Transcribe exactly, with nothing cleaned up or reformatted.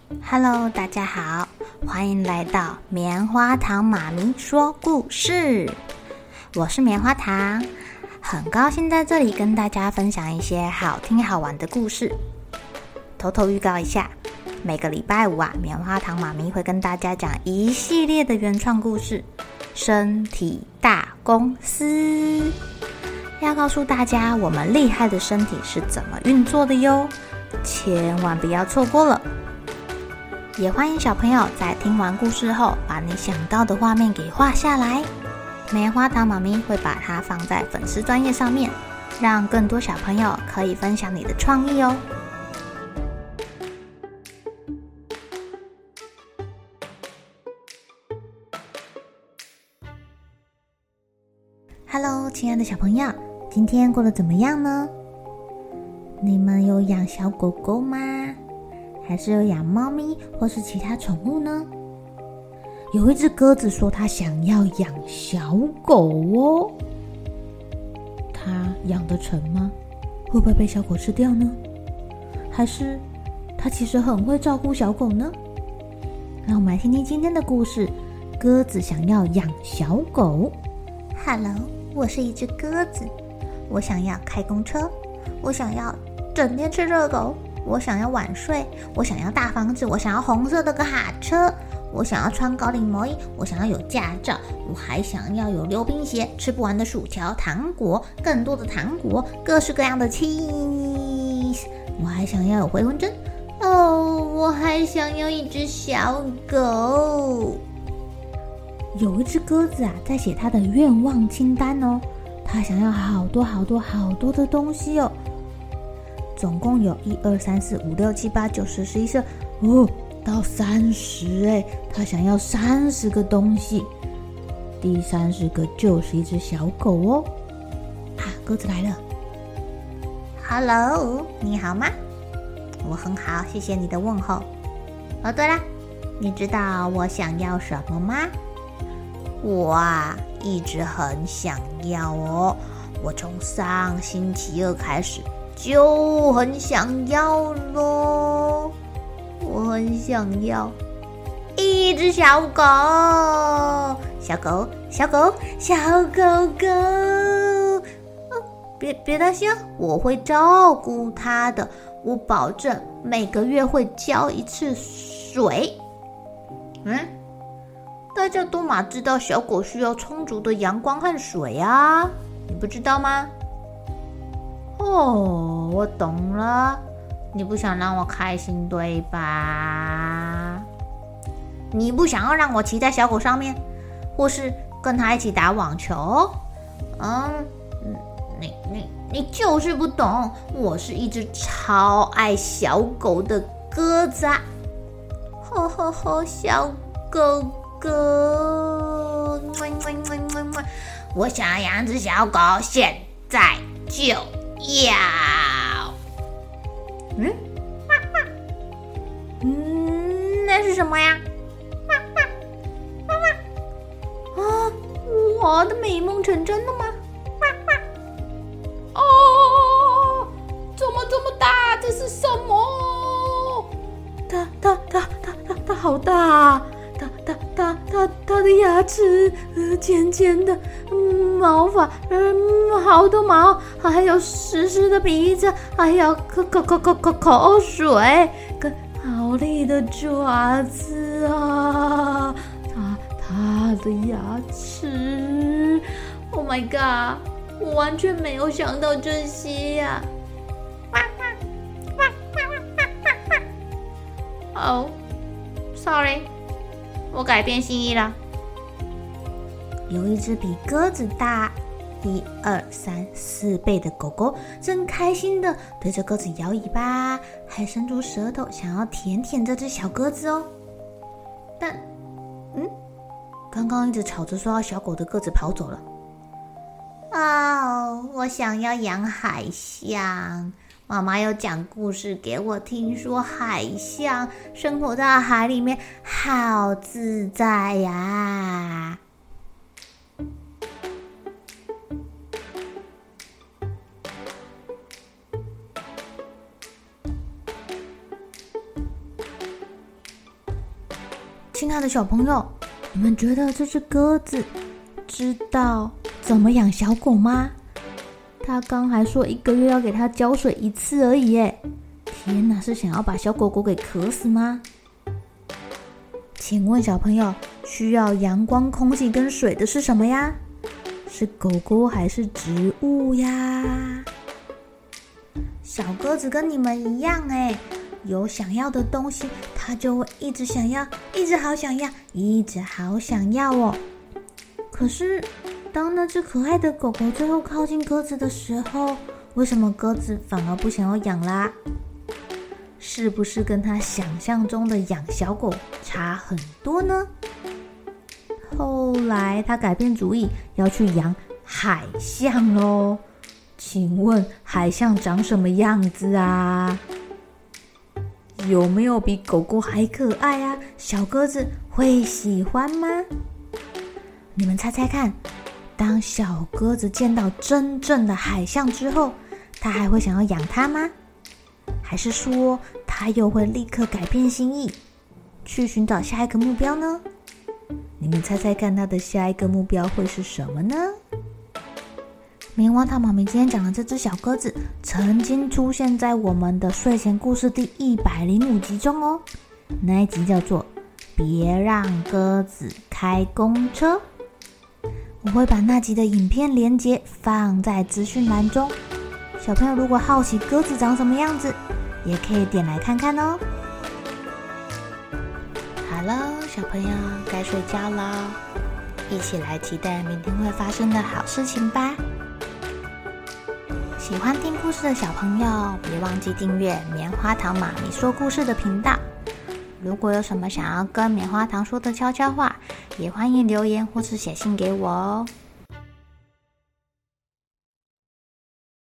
Hello， 大家好，欢迎来到棉花糖妈咪说故事。我是棉花糖，很高兴在这里跟大家分享一些好听好玩的故事。偷偷预告一下，每个礼拜五啊，棉花糖妈咪会跟大家讲一系列的原创故事。身体大公司要告诉大家我们厉害的身体是怎么运作的哟，千万不要错过了。也欢迎小朋友在听完故事后，把你想到的画面给画下来。棉花糖妈咪会把它放在粉丝专页上面，让更多小朋友可以分享你的创意哦。Hello， 亲爱的小朋友，今天过得怎么样呢？你们有养小狗狗吗？还是有养猫咪或是其他宠物呢？有一只鸽子说它想要养小狗哦，它养得成吗？会不会被小狗吃掉呢？还是它其实很会照顾小狗呢？让我们来听听今天的故事，鸽子想要养小狗。Hello， 我是一只鸽子，我想要开公车，我想要整天吃热狗，我想要晚睡，我想要大房子，我想要红色的个卡车，我想要穿高领毛衣，我想要有驾照，我还想要有溜冰鞋，吃不完的薯条、糖果，更多的糖果，各式各样的 cheese， 我还想要有回魂针哦，我还想要一只小狗。有一只鸽子啊，在写它的愿望清单哦，它想要好多好多好多的东西哦。总共有一二三四五六七八九十十一十二哦，到三十哎，他想要三十个东西。第三十个就是一只小狗哦。啊，鸽子来了。Hello， 你好吗？我很好，谢谢你的问候。哦，对了，你知道我想要什么吗？我啊，一直很想要哦。我从上星期二开始就很想要咯，我很想要一只小狗，小狗，小狗，小狗狗。哦，别别担心，我会照顾它的，我保证每个月会浇一次水。嗯，大家都嘛知道小狗需要充足的阳光和水啊，你不知道吗？哦，我懂了，你不想让我开心对吧？你不想要让我骑在小狗上面，或是跟它一起打网球？嗯，你你你就是不懂，我是一只超爱小狗的鸽子啊！吼吼吼，小狗狗，我想要养只小狗，现在就要。嗯，嗯，那是什么呀？啊，我的美梦成真了吗？哦，怎么这么大？这是什么？它它它它它它好大啊！它它它它它的牙齿呃尖尖的，嗯，毛发嗯好多毛，还有湿湿的鼻子，还有口口口口口口水，跟好利的爪子啊！它它的牙齿 ，Oh my god！ 我完全没有想到这些呀、啊！哦、oh, ，sorry。我改变心意了。有一只比鸽子大一二三四倍的狗狗，正开心的对着鸽子摇尾巴，还伸出舌头想要舔舔这只小鸽子哦。但，嗯，刚刚一直吵着说要小狗的鸽子跑走了。哦，我想要养海象。妈妈有讲故事给我听，说海象生活在海里面好自在呀。 亲爱的小朋友，你们觉得这只鸽子知道怎么养小狗吗？他刚还说一个月要给它浇水一次而已耶！天哪，是想要把小狗狗给渴死吗？请问小朋友，需要阳光、空气跟水的是什么呀？是狗狗还是植物呀？小鸽子跟你们一样耶，有想要的东西，它就会一直想要，一直好想要，一直好想要哦。可是当那只可爱的狗狗最后靠近鸽子的时候，为什么鸽子反而不想要养啦？是不是跟它想象中的养小狗差很多呢？后来它改变主意，要去养海象咯。请问海象长什么样子啊？有没有比狗狗还可爱啊？小鸽子会喜欢吗？你们猜猜看，当小鸽子见到真正的海象之后，它还会想要养它吗？还是说它又会立刻改变心意，去寻找下一个目标呢？你们猜猜看，它的下一个目标会是什么呢？棉花糖妈咪今天讲的这只小鸽子，曾经出现在我们的睡前故事第一百零五集中哦。那一集叫做别让鸽子开公车。我会把那集的影片连结放在资讯栏中，小朋友如果好奇鸽子长什么样子，也可以点来看看哦。好了，小朋友该睡觉了，一起来期待明天会发生的好事情吧。喜欢听故事的小朋友，别忘记订阅棉花糖妈咪说故事的频道。如果有什么想要跟棉花糖说的悄悄话，也欢迎留言或是写信给我哦。